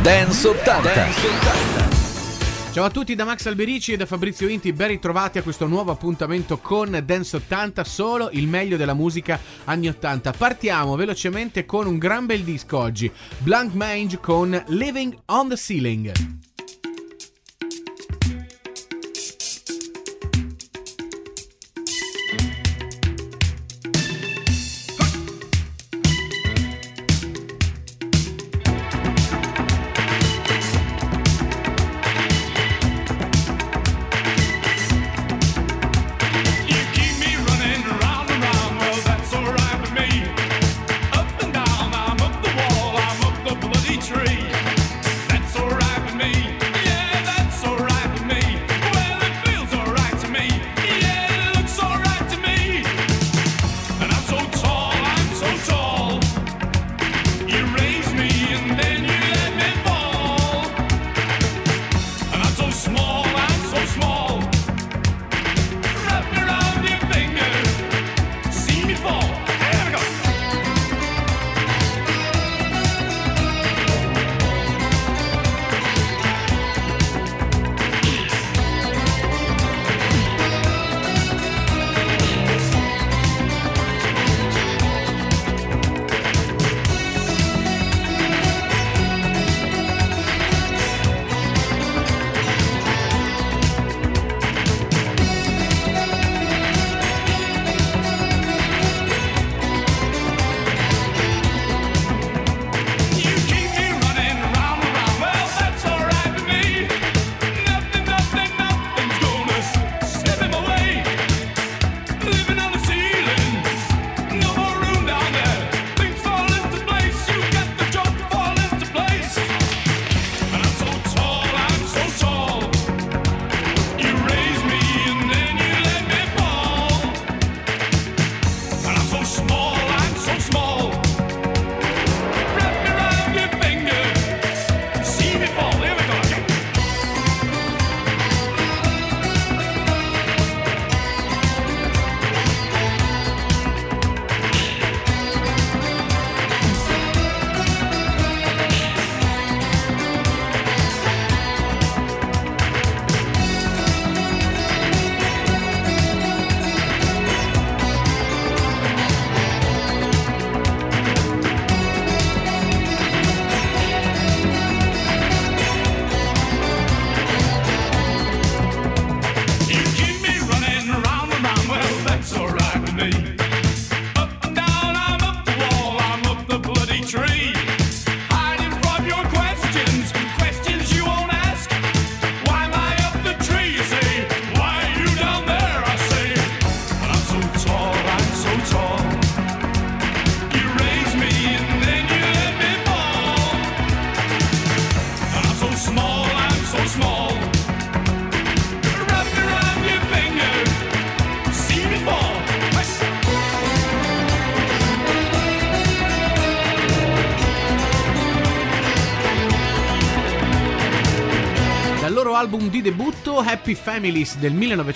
Dance 80. Ciao a tutti da Max Alberici e da Fabrizio Inti, ben ritrovati a questo nuovo appuntamento con Dance 80, solo il meglio della musica anni 80. Partiamo velocemente con un gran bel disco oggi, Blank Mange con Living on the Ceiling. Album di debutto Happy Families del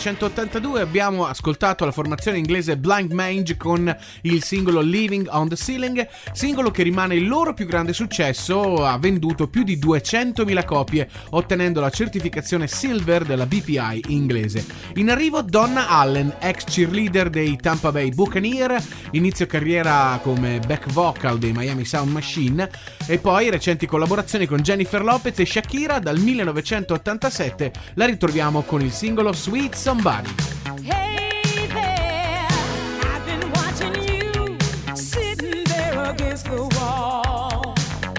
1982 abbiamo ascoltato la formazione inglese Blank Mange con il singolo Living on the Ceiling, singolo che rimane il loro più grande successo, ha venduto più di 200.000 copie ottenendo la certificazione Silver della BPI inglese. In arrivo Donna Allen, ex cheerleader dei Tampa Bay Buccaneers, inizio carriera come back vocal dei Miami Sound Machine e poi recenti collaborazioni con Jennifer Lopez e Shakira. Dal 1987 la ritroviamo con il singolo Sweet Somebody. Hey there, I've been watching you sitting there against the wall.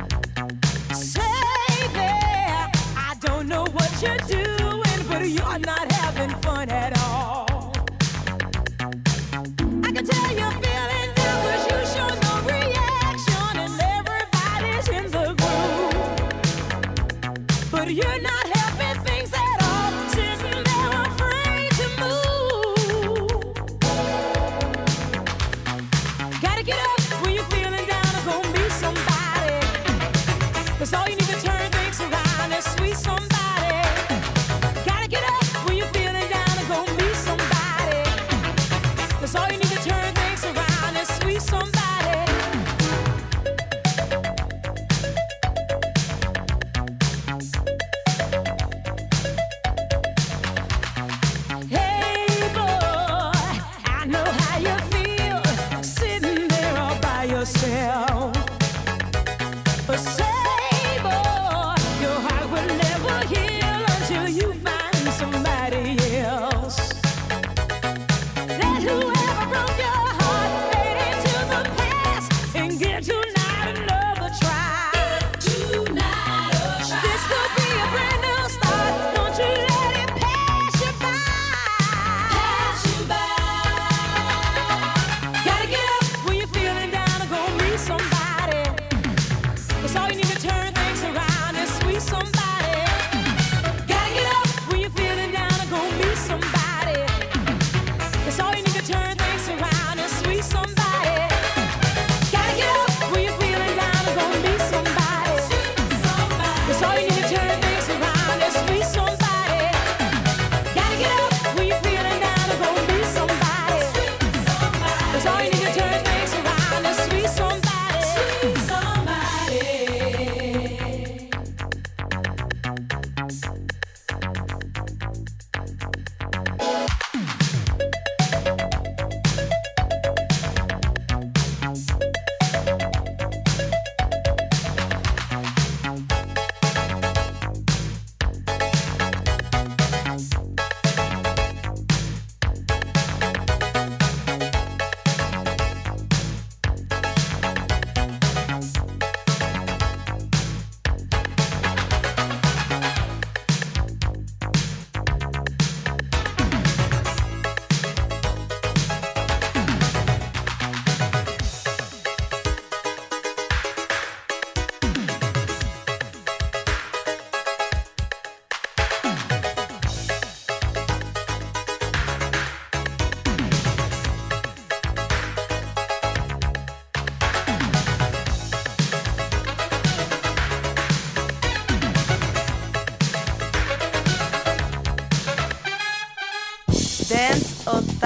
Say there, I don't know what you're doing, but you're not having fun at all. I can tell you're feeling nervous, you show no reaction, and everybody's in the groove, but you're not helping things at all, sitting there afraid to move. Gotta get up when you're feeling down and go meet somebody. That's all you need to turn things around, is sweet somebody. Gotta get up when you're feeling down and go meet somebody. That's all you need to turn things around, is sweet somebody.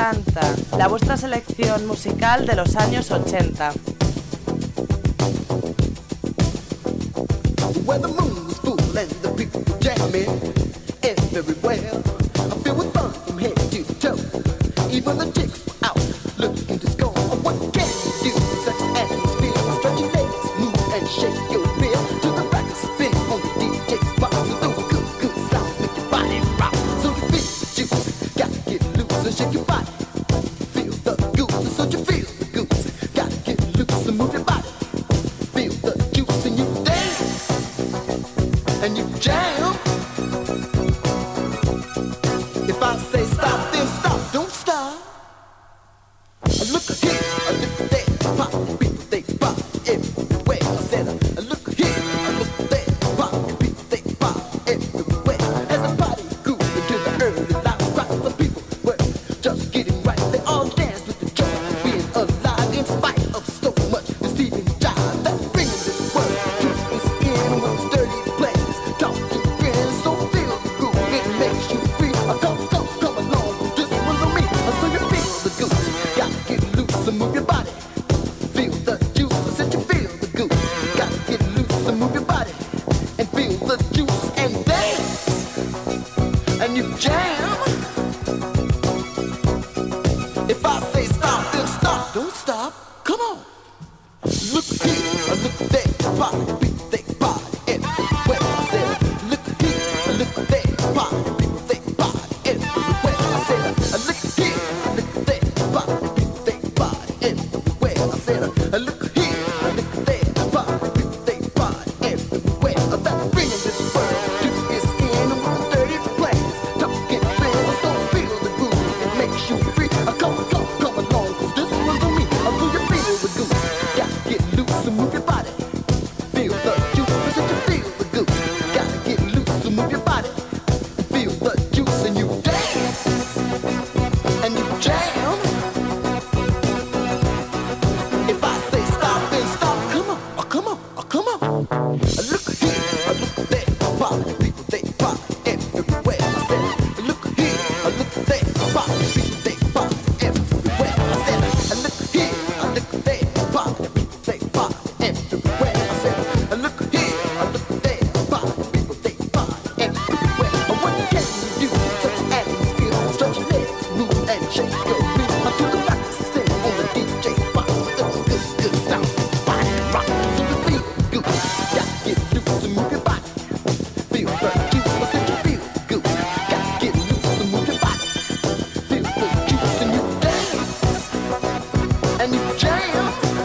80, la vuestra selección musical de los años 80. When the moon was full and the people were jamming everywhere, I feel with fun from head to toe. Even the chicks were out looking to score. What can you do in such an atmosphere? Stretch your legs, move and shake your beer to the record spin on the DJ's box. And those good, good sounds make your body rock. So you feel the juice, gotta get loose and shake your body. Feel the goose, so you feel the goose. Gotta get loose and move your body. Feel the juice and you dance and you jam. If I say stop, then stop, don't stop. Look here, look there, pop, people they pop everywhere. I said, look here, look there, pop, people they pop everywhere. As the party grew into the early light, crowds of people were just getting right. They all danced with the joy of being alive, in spite of so much deceiving jive. That's bringing this world to its end with sturdy players, talking friends. So feel the groove, it makes you free. Come along, this one's on me. So you feel the goose, gotta get loose and move your body. Feel the juice, I said you feel the goose. Gotta get loose and move your body. And feel the juice and dance. And you jam. If I say stop, then stop, don't stop. Come on. Look here, look there, party, people they party everywhere. I said, look here, look there, party, people they party everywhere. I said, look here, look there, party, people they party everywhere. I said, look here, look there, party, people they party everywhere. That's bringing this world to its end with the dirty plans. Talking friends, don't feel the groove, it makes you free. Come along, 'cause this one's on me. So you feel the goose, gotta get loose and move your body. Feel the juice, I said you feel the goose. Gotta get loose and move your body. Feel the juice and you dance and you jam. If I say stop, then stop. Come on, oh come on, oh come on. Look here, look there, party, people they party everywhere. I said, look here, look there, party, people they party everywhere. I said, look here, look there, party, people they party everywhere. I said, look here, look there, party, people they party everywhere. What can you do in such an atmosphere? Stretch your legs, move and shake your feet until the rock sing on the DJ's box. Those good, good sounds, body rock. So you feel good, gotta get loose and move your body. Feel the juice, I said you feel good, gotta get loose and move your body. Feel the juice and you dance and you jam.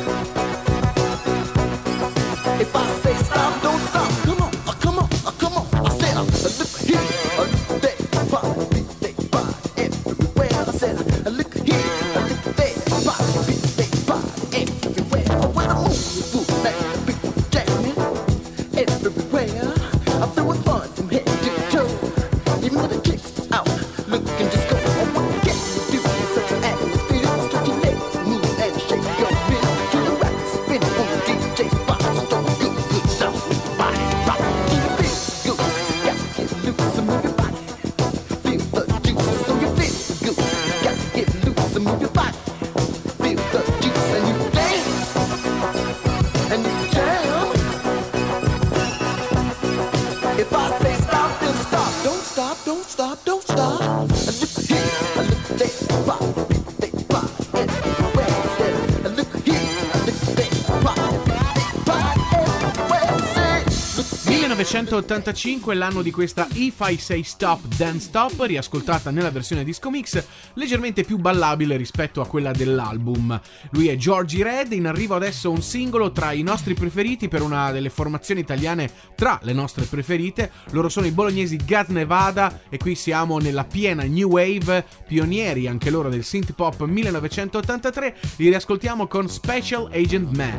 If I say stop, don't stop. Come on, come on, come on. I said, look here, look there, party, people they party everywhere. I said, look here, look there, party, people they party everywhere. When the moon is full and the people jamming everywhere, I feel with fun from head to toe. Even when the chicks out looking just go. What can you do in such an atmosphere? Stretch your legs, move and shake your feet to the rock spin on the DJ's box. Those good, good sounds, body rock. Do you feel good? Gotta get loose and move your body. Feel the juice, so you feel the good. Gotta get loose and move your body. Feel the juice and you dance and you jam. If I say stop, then stop. Don't stop, don't stop, don't stop. Look here, look there, party, people they party everywhere. I said, look here, look there, party, people they party everywhere. I said, look here. 1985 è l'anno di questa If I Say Stop Then Stop, riascoltata nella versione disco mix, leggermente più ballabile rispetto a quella dell'album. Lui è Georgie Red, in arrivo adesso un singolo tra i nostri preferiti per una delle formazioni italiane tra le nostre preferite. Loro sono i bolognesi Gas Nevada e qui siamo nella piena new wave, pionieri anche loro del synth pop 1983. Li riascoltiamo con Special Agent Man.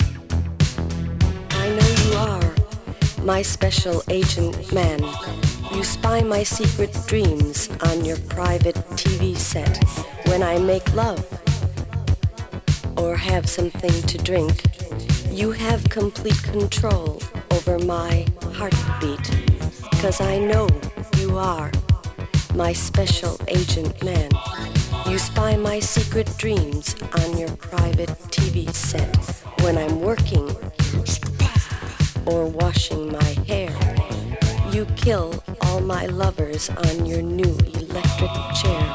My special agent man. You spy my secret dreams on your private TV set. When I make love or have something to drink, you have complete control over my heartbeat. 'Cause I know you are my special agent man. You spy my secret dreams on your private TV set. When I'm working or washing my hair, you kill all my lovers on your new electric chair.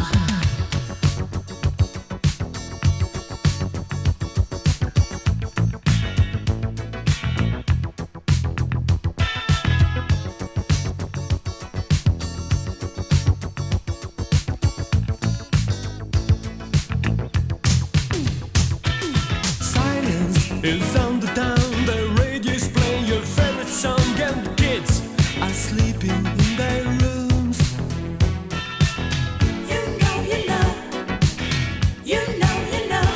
Is on the town, the radio's playing your favorite song, and the kids are sleeping in their rooms. You know, you know, you know, you know.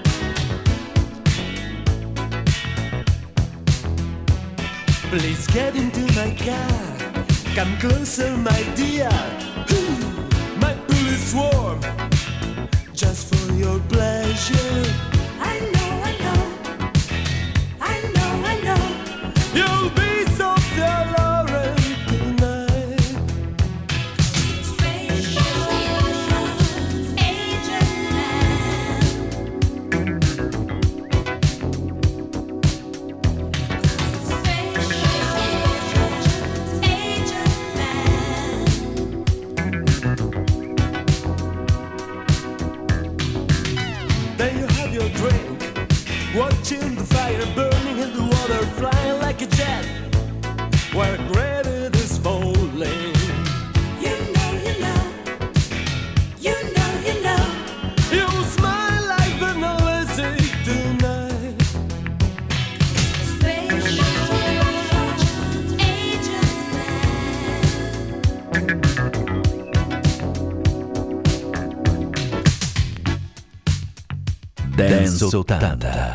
Please get into my car, come closer, my dear. My pool is warm, just for your pleasure. I know, I know. I know, I know. You'll be so alluring tonight. Special agent man. Special agent man. Then you have your drink, watching the fire burning and the water flying like a jet, where granite is falling. You know, you know. You know, you know. You smile like the noisy tonight. Special agent Dance 80.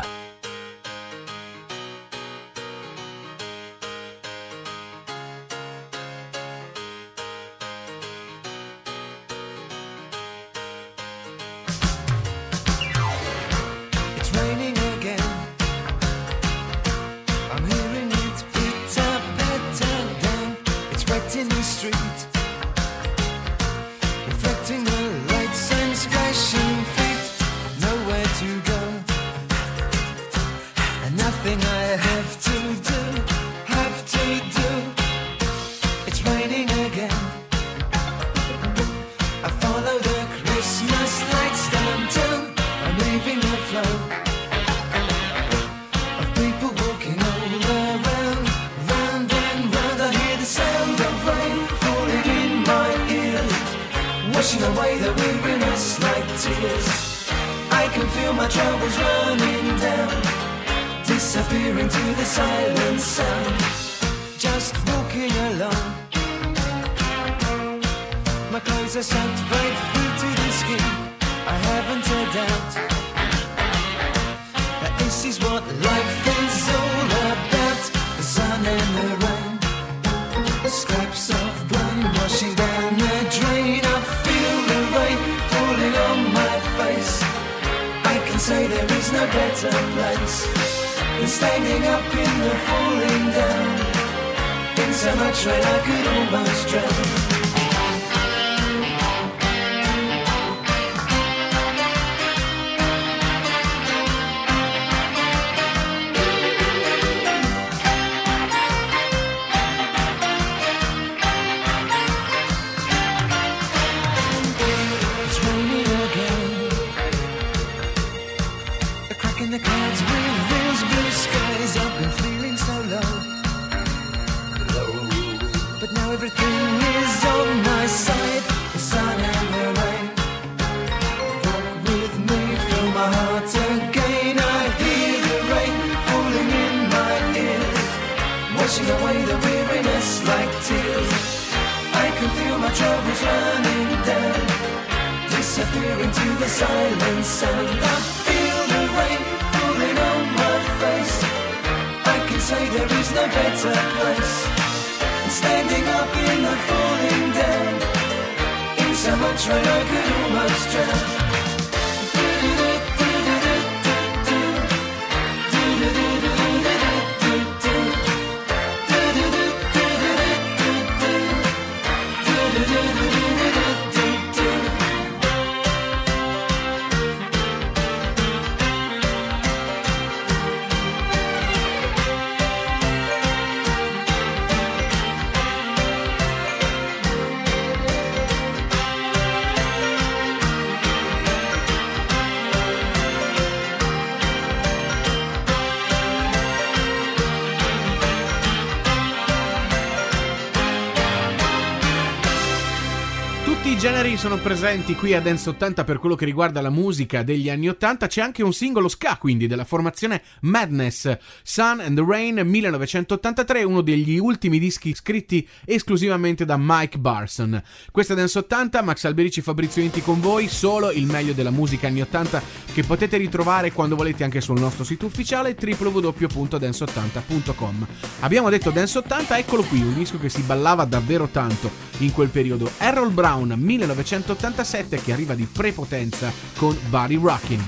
It's raining again. I'm hearing it pitter patter down. It's wet in the street, reflecting the lights and splashing feet. Nowhere to go, and nothing I have to do, have to do. It's raining again. I follow the Christmas lights downtown. I'm leaving the flow of people walking all around, round and round. I hear the sound of rain falling in my ears, washing away the weariness like tears. I can feel my troubles running down, disappearing to the silent sound. Just walking along, my clothes are soaked right through to the skin. I haven't a doubt that this is what life is all about. The sun and the rain, the scraps of rain washing down the drain. I feel the rain falling on my face. I can say there is no better place than standing up in the falling down. In so much rain I could almost drown. It's raining again. A crack in the clouds reveals blue skies. I've been feeling so low, but now everything is on my side. The sun and the rain walk with me, fill my heart again. I hear the rain falling in my ears, washing away the weariness like tears. I can feel my troubles running down, disappearing to the silent sound. I feel the rain falling on my face. I can say there is no better place than standing up in the falling down. In so much rain I could almost drown. I generi sono presenti qui a Dance 80 per quello che riguarda la musica degli anni 80. C'è anche un singolo ska, quindi, della formazione Madness, Sun and the Rain 1983, uno degli ultimi dischi scritti esclusivamente da Mike Barson. Questa è Dance 80, Max Alberici, Fabrizio Inti con voi, solo il meglio della musica anni 80 che potete ritrovare quando volete anche sul nostro sito ufficiale www.dance80.com. Abbiamo detto Dance 80, eccolo qui, un disco che si ballava davvero tanto in quel periodo. Errol Brown 1987 che arriva di prepotenza con Body Rockin'.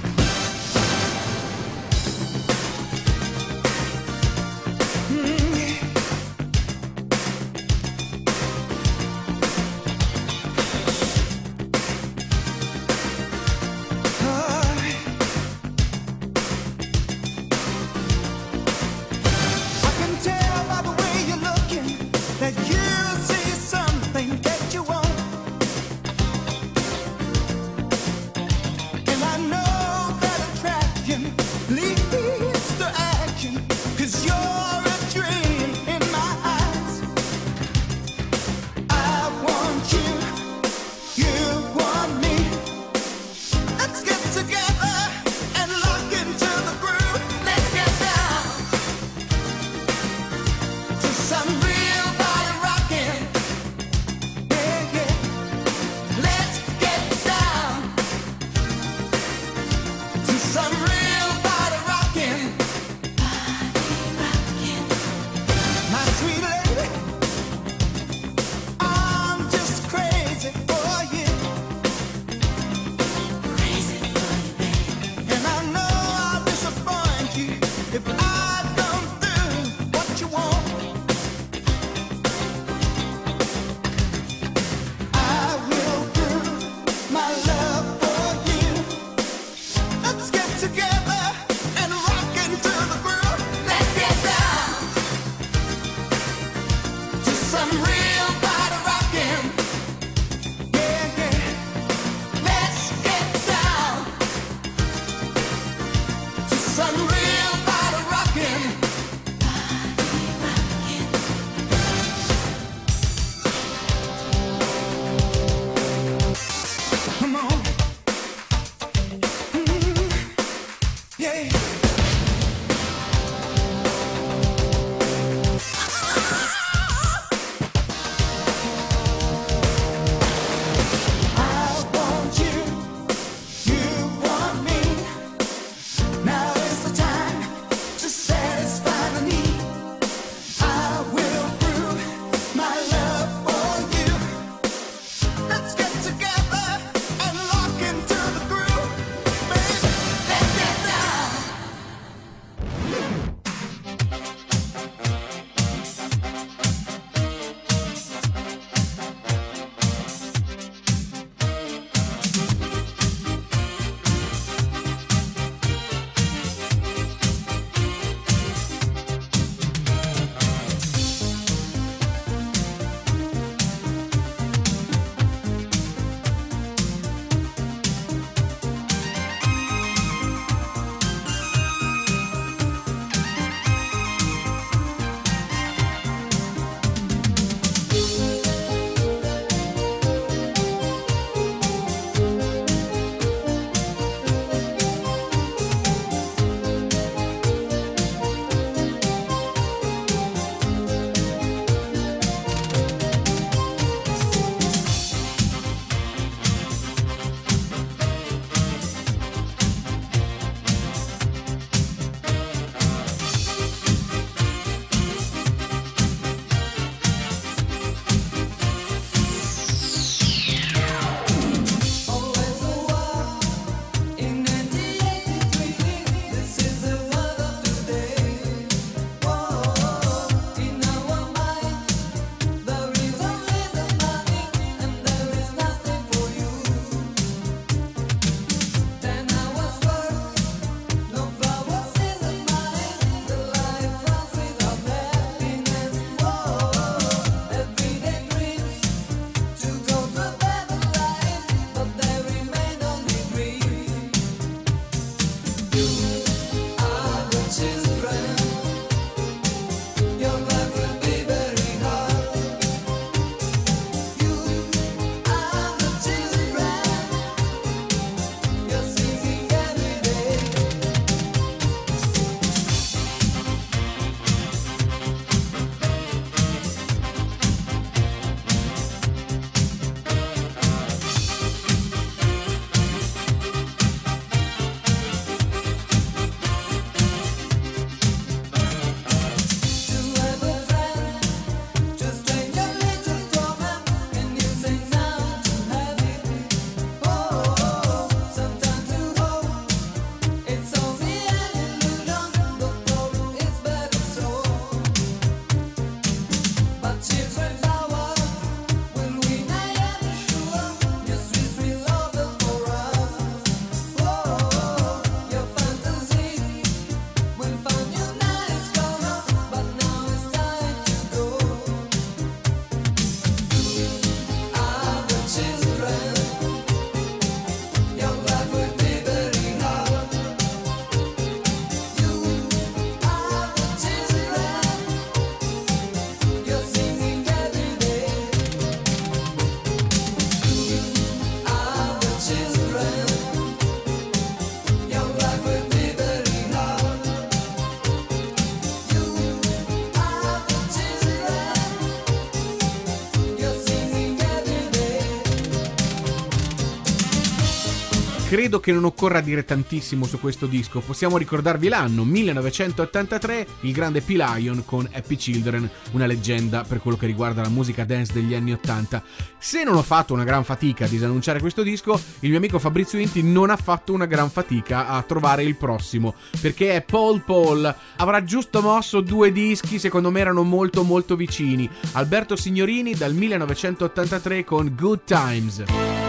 Credo che non occorra dire tantissimo su questo disco, possiamo ricordarvi l'anno 1983, il grande P. Lion con Happy Children, una leggenda per quello che riguarda la musica dance degli anni 80. Se non ho fatto una gran fatica a disannunciare questo disco, il mio amico Fabrizio Inti non ha fatto una gran fatica a trovare il prossimo, perché è Paul Paul. Avrà giusto mosso 2 dischi, secondo me erano molto molto vicini. Alberto Signorini dal 1983 con Good Times.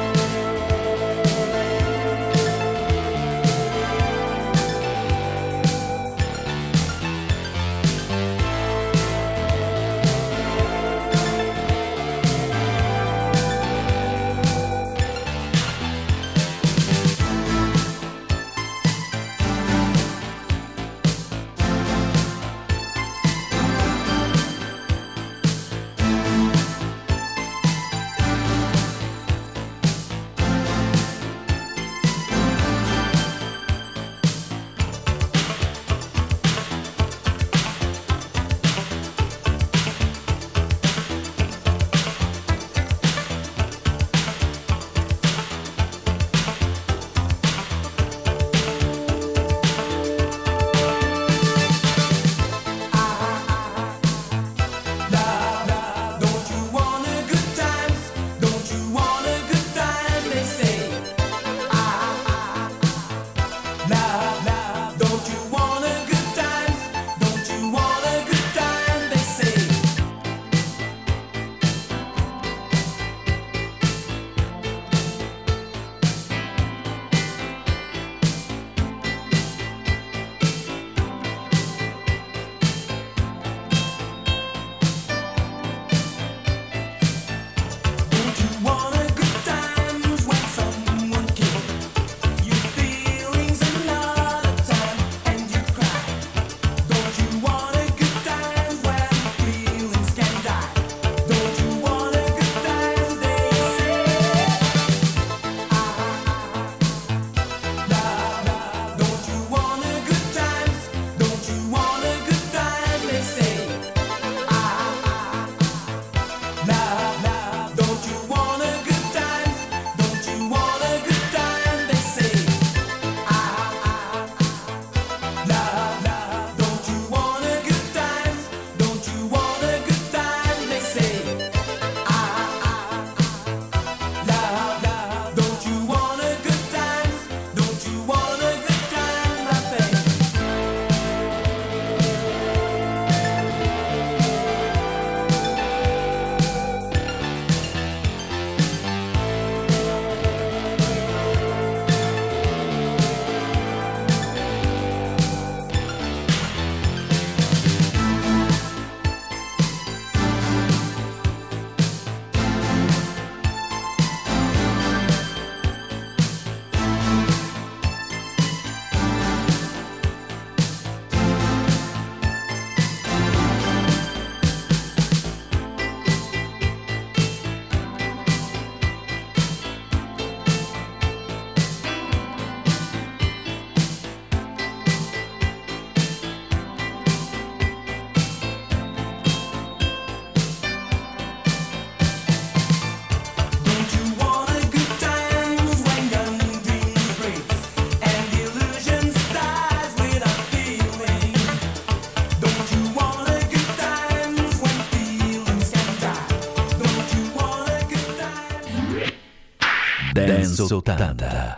Dance 80.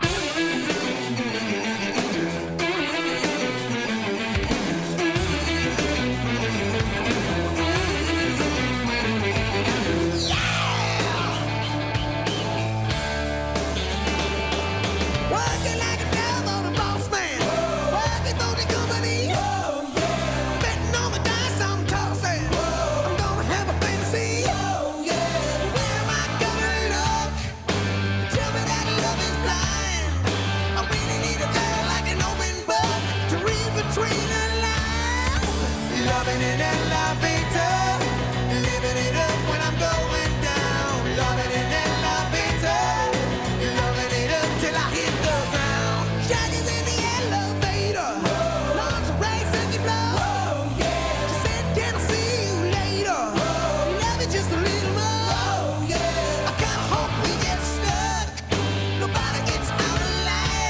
Working like a devil, the boss man. Working for the company. Betting on the dice, I'm tossing. I'm gonna have a fantasy. Where am I gonna look? Tell me that love is blind. I really need a girl like an open book to read between the lines. Loving an elevator, living it up when I'm going down. Loving an elevator, loving it up till I hit the ground. Shaggy's in the elevator, launch a race and you blow. She said, can I see you later? Love you just a little more. I kinda hope we get stuck. Nobody gets out alive.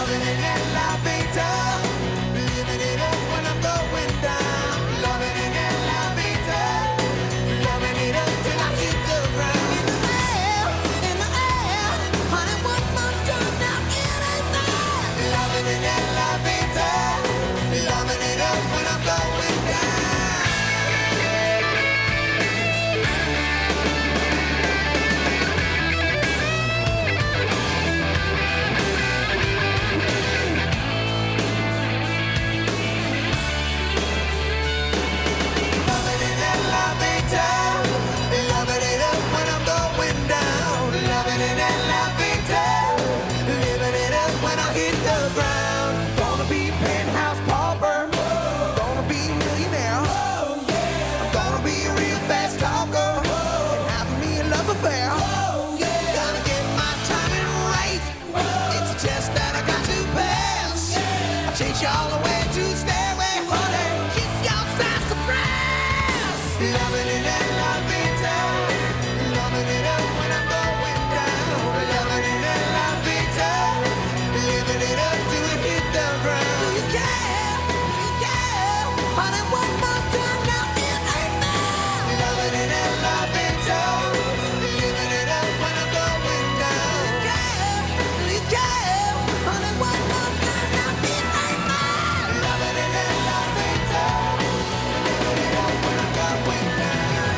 Loving in the elevator, living it up when I'm going down. Loving in the elevator, loving it up till I hit the ground. In the air, honey, one more time now, it ain't fair. Loving in the elevator, loving it up when I'm going down. Loving in the elevator, loving it up when I'm going down. Loving in the elevator, living it up when I hit the ground. Gonna be penthouse pauper, gonna be millionaire. I'm gonna be a real fast talker and have me a love affair. Gonna get my timing right. It's a test that I got to pass. I'll chase you all the way to stairway, honey. Kiss your fast surprise. Loving it and loving it, loving it up when I'm going down. Loving it and loving it, living it up till it hit the ground. Do you care? Do you care? Honey, one more time now, it ain't fair. Loving it and loving it, living it up when I'm going down. Do you care? Honey, one more time now, it ain't fair. Loving it and loving it, living it up when I'm going down.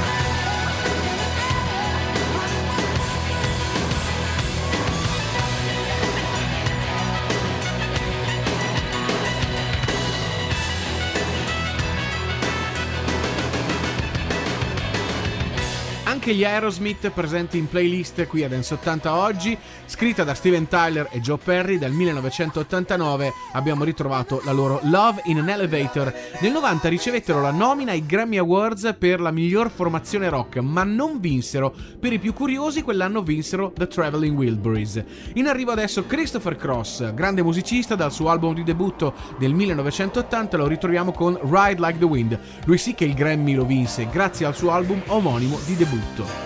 Anche gli Aerosmith presenti in playlist qui a Dance 80 oggi, scritta da Steven Tyler e Joe Perry del 1989, abbiamo ritrovato la loro Love in an Elevator. Nel 90 ricevettero la nomina ai Grammy Awards per la miglior formazione rock, ma non vinsero. Per i più curiosi quell'anno vinsero The Traveling Wilburys. In arrivo adesso Christopher Cross, grande musicista, dal suo album di debutto del 1980 lo ritroviamo con Ride Like the Wind. Lui sì che il Grammy lo vinse grazie al suo album omonimo di debutto.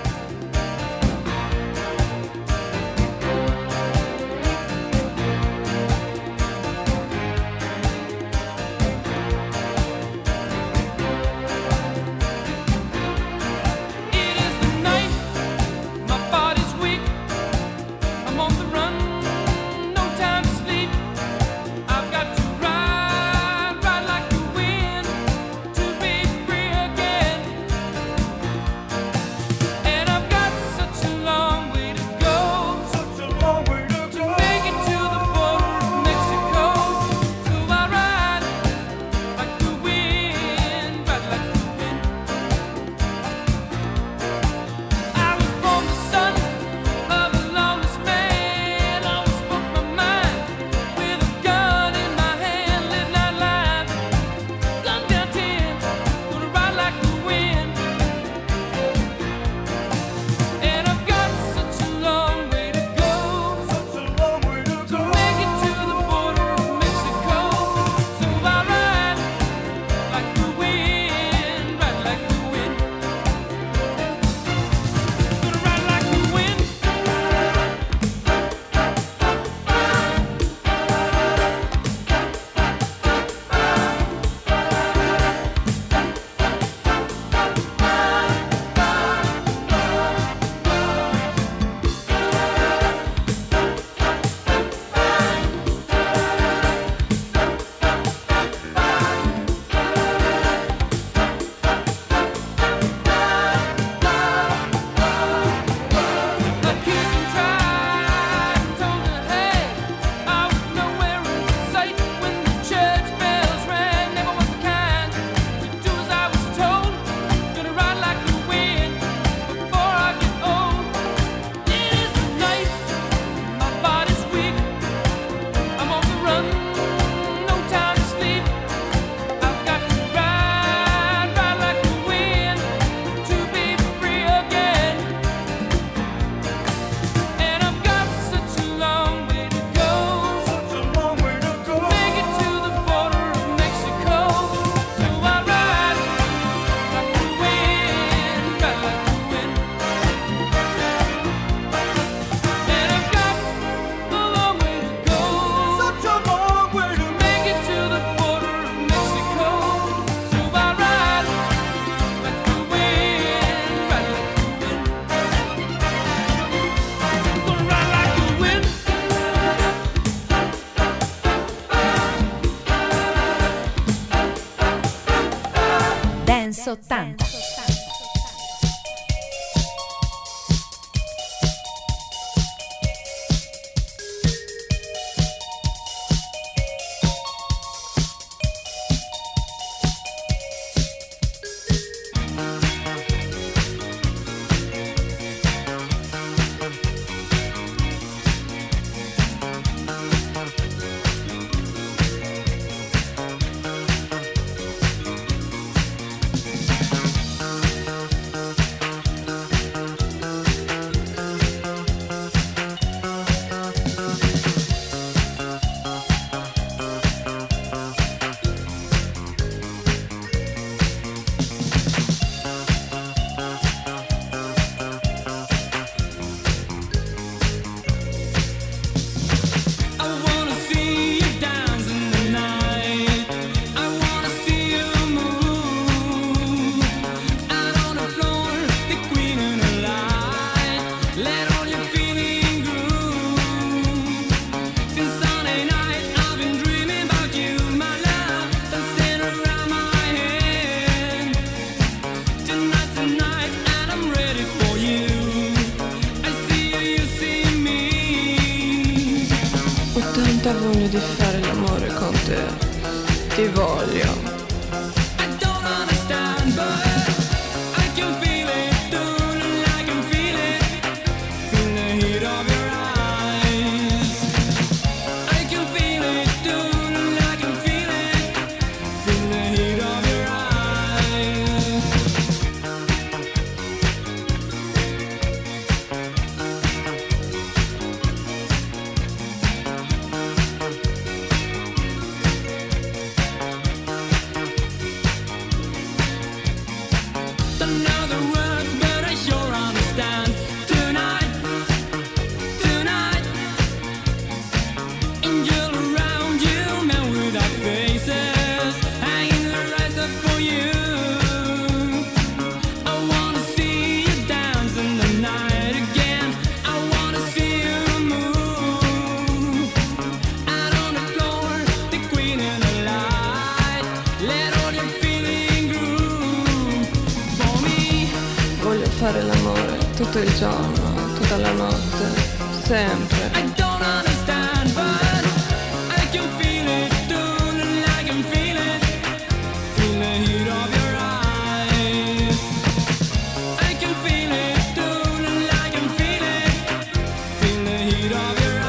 It is the night, my body's weak. I'm on the run, no time to sleep. I've got to ride, ride like the wind to be free again. And Dance 80. Voglia di fare l'amore con te, ti voglio. Fare l'amore tutto il giorno, tutta la notte, sempre. I don't understand, but I can feel it, darling, I can feel it. Feel the heat of your eyes. I can feel it, darling, I can feel it. Feel the heat of your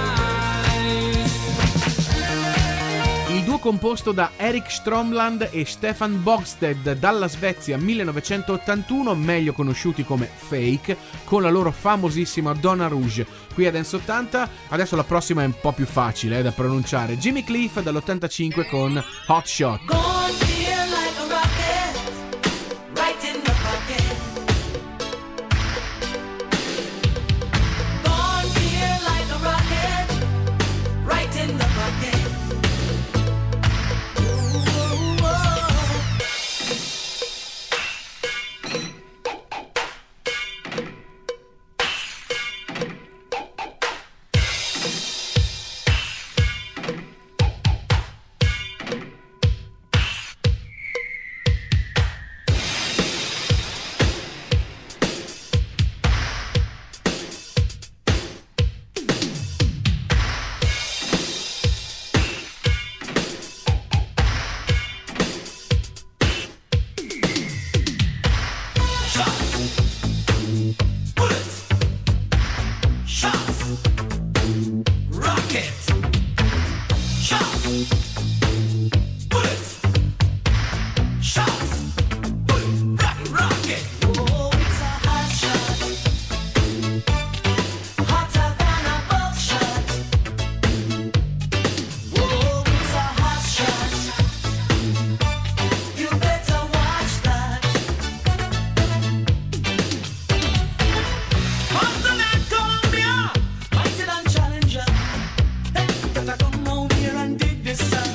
eyes. Il duo composto da Erik Stromland e Stefan Bogstedt dalla Svezia 1981, meglio conosciuti come Fake, con la loro famosissima Donna Rouge. Qui a Dance 80, adesso la prossima è un po' più facile da pronunciare. Jimmy Cliff dall'85 con Hot Shot. Come on here and dig this sound.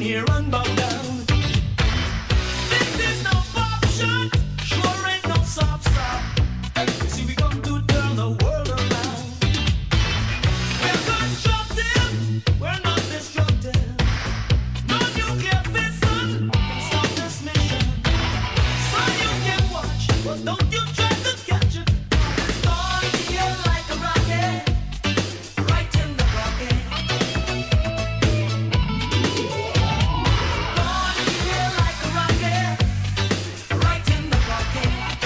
here and bow down. This is no pop shot, sure ain't no soft stop. See, we come to turn the world around. We're constructive, we're not destructive. No nuclear fission can stop this mission. So you can watch, but don't you try to catch it. It's gone here like a rocket, right in the rocket. Gone here like a rocket, right in the rocket.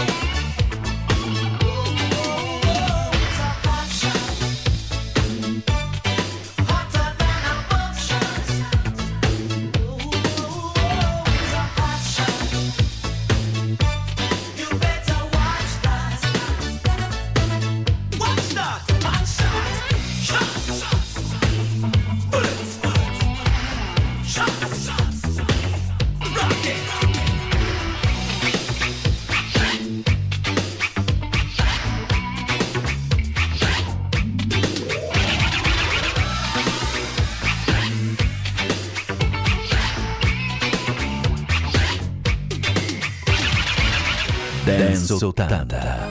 It's a hot shot, hotter than a buckshot. It's a hot shot. You better watch that. Watch that. Hot shot. Shots. Bullets. Shots. Rocket. Dance 80.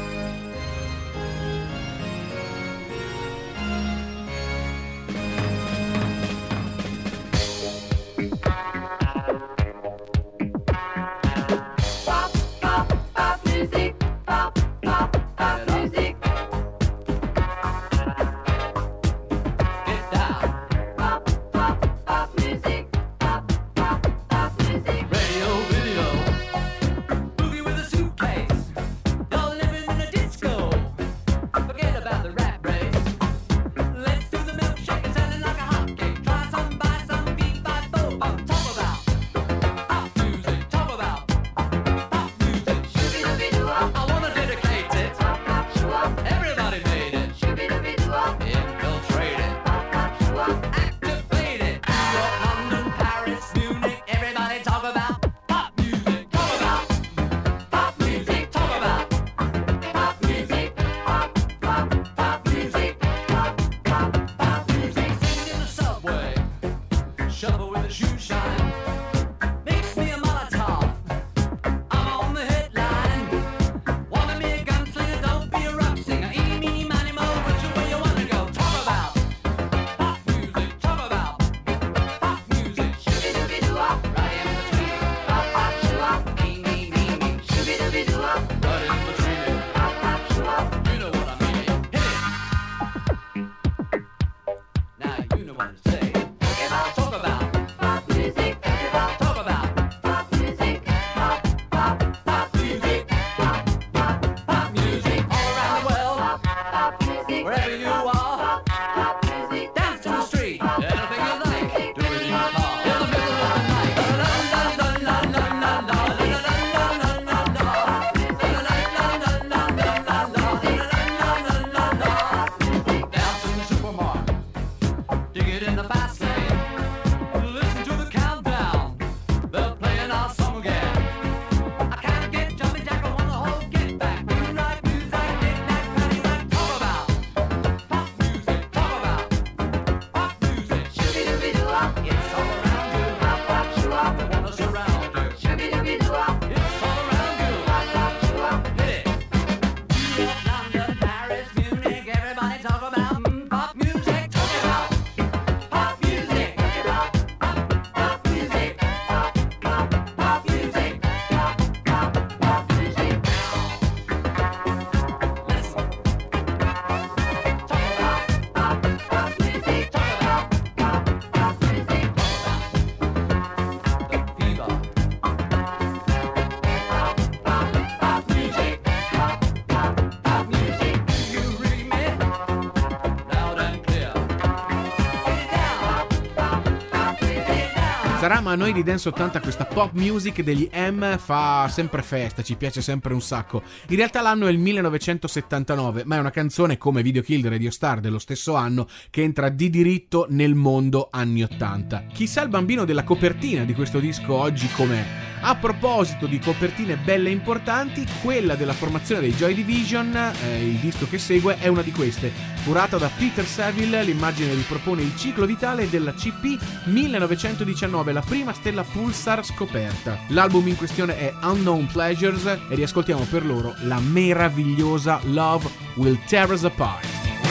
Radio, video, boogie with a suitcase. You're living in a disco. Forget about the rat race. Let's do the milkshake and sell it like a hotcake. Try some, buy some, beat by four. Talk about pop music. Talk about pop music. I wanna dedicate it. Everybody made it. Infiltrate it. Activate it. New York, London, Paris, Munich. Everybody talk about pop music. Talk about pop music. Talk about pop music. Pop music. Pop music. Singing in the subway. Shovel with a shoe shine. Makes me a Molotov. I'm on the headline. Wanna be a gunslinger? Don't be a rock singer. Eeny, meeny, miny, moe. Which way you wanna go? Talk about pop music. Talk about pop music. Right in between it. Me. Right in between it. You know what I mean. Hit it. Now you know what to say. Talk about pop music. Talk about pop music. Pop music. Pop music. All around the world. Wherever you are. Dance to the street. Anything you like. Do it in your car. In the middle of the night. La la la la la la la la la la la la la. Dance in the supermarket. Dig it in the fast lane. Listen to the countdown. They're playing our song again. I can't get jumping jack. I want the whole get back. You like music, knick-knack, paddywhack. Talk about pop music. Talk about pop music. It's all around you. I wanna surround you. It's all around you. Hit it. New York, London, Paris, Munich. Everybody talk about pop music. Talk about pop music. Pop music. Pop music. Pop music. Listen. Talk about pop music. Talk about pop music. The fever. Pop music. Pop music. You read me? Loud and clear. Get it down. Get it down. Sarà, ma a noi di Dance 80 questa pop music degli M fa sempre festa, ci piace sempre un sacco. In realtà l'anno è il 1979, ma è una canzone come Video Kill di Radio Star dello stesso anno che entra di diritto nel mondo anni 80. Chissà il bambino della copertina di questo disco oggi com'è. A proposito di copertine belle e importanti, quella della formazione dei Joy Division, il disco che segue, è una di queste. Curata da Peter Saville, l'immagine ripropone il ciclo vitale della CP 1919, la prima stella Pulsar scoperta. L'album in questione è Unknown Pleasures e riascoltiamo per loro la meravigliosa Love Will Tear Us Apart.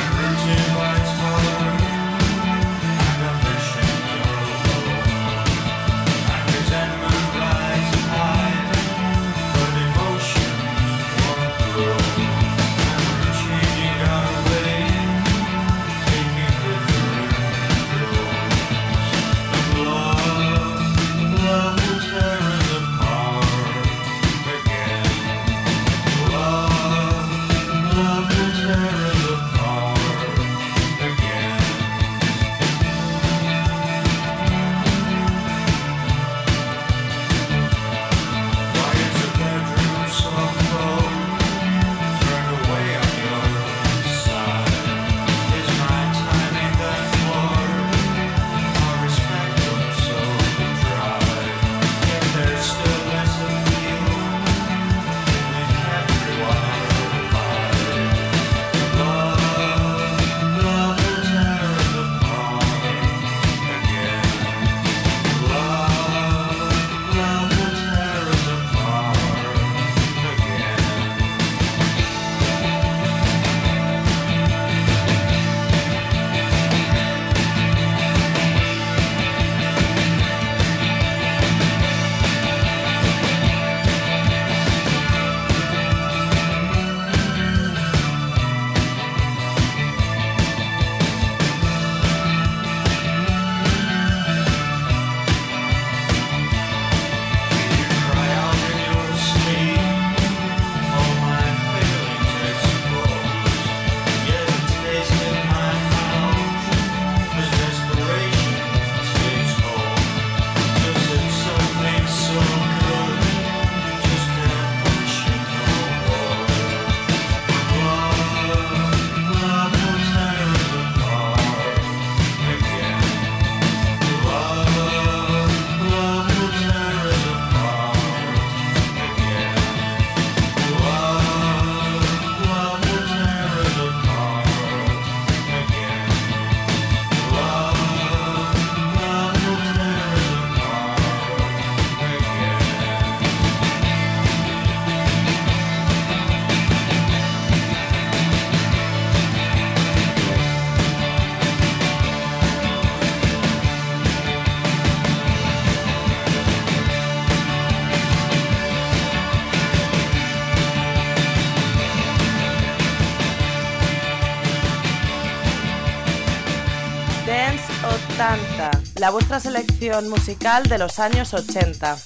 Dance 80, la vuestra selección musical de los años 80.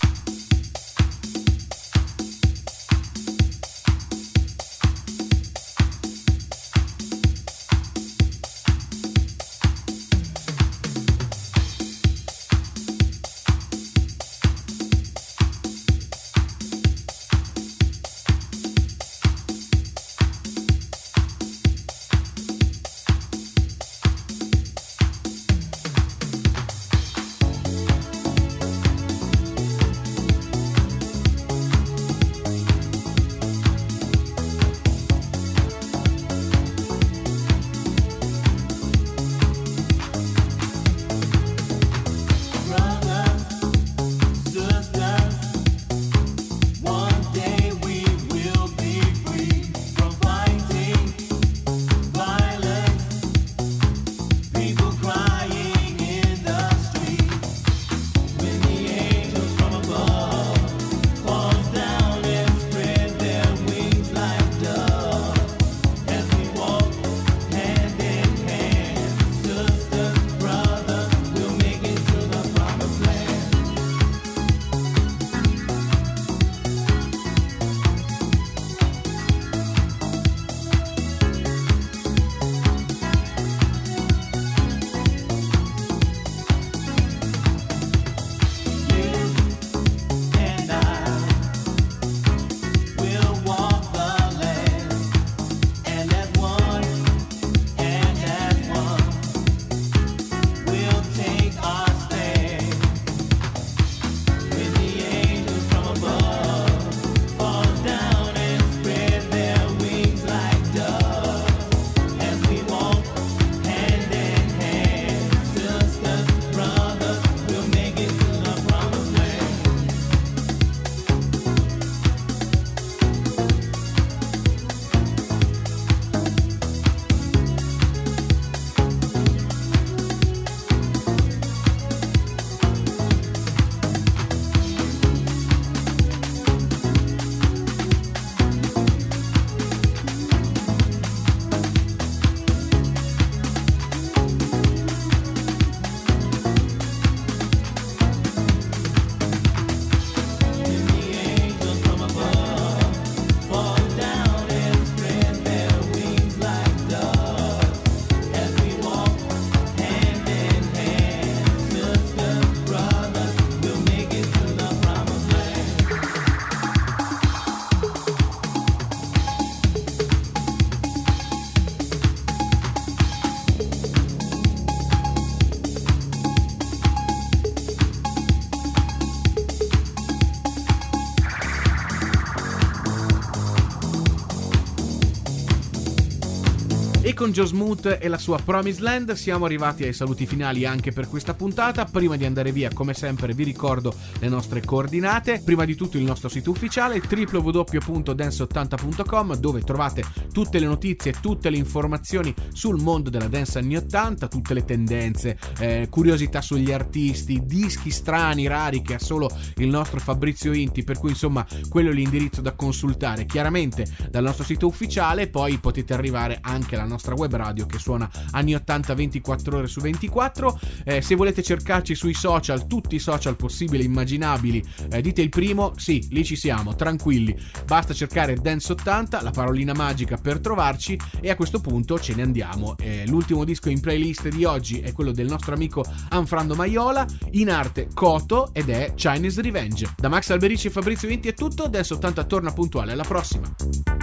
con Joe Smoot e la sua Promised Land. Siamo arrivati ai saluti finali anche per questa puntata. Prima di andare via, come sempre, vi ricordo le nostre coordinate. Prima di tutto il nostro sito ufficiale www.dance80.com, dove trovate tutte le notizie, tutte le informazioni sul mondo della dance anni 80, tutte le tendenze, curiosità sugli artisti, dischi strani, rari che ha solo il nostro Fabrizio Inti, per cui insomma quello è l'indirizzo da consultare chiaramente dal nostro sito ufficiale. Poi potete arrivare anche alla nostra web radio che suona anni 80 24 ore su 24. Se volete cercarci sui social, tutti i social possibili e immaginabili, dite il primo, sì, lì ci siamo, tranquilli, basta cercare Dance 80, la parolina magica per trovarci, e a questo punto ce ne andiamo. L'ultimo disco in playlist di oggi è quello del nostro amico Anfrando Maiola, in arte Koto, ed è Chinese Revenge. Da Max Alberici e Fabrizio Inti è tutto. Dance 80 torna puntuale, alla prossima.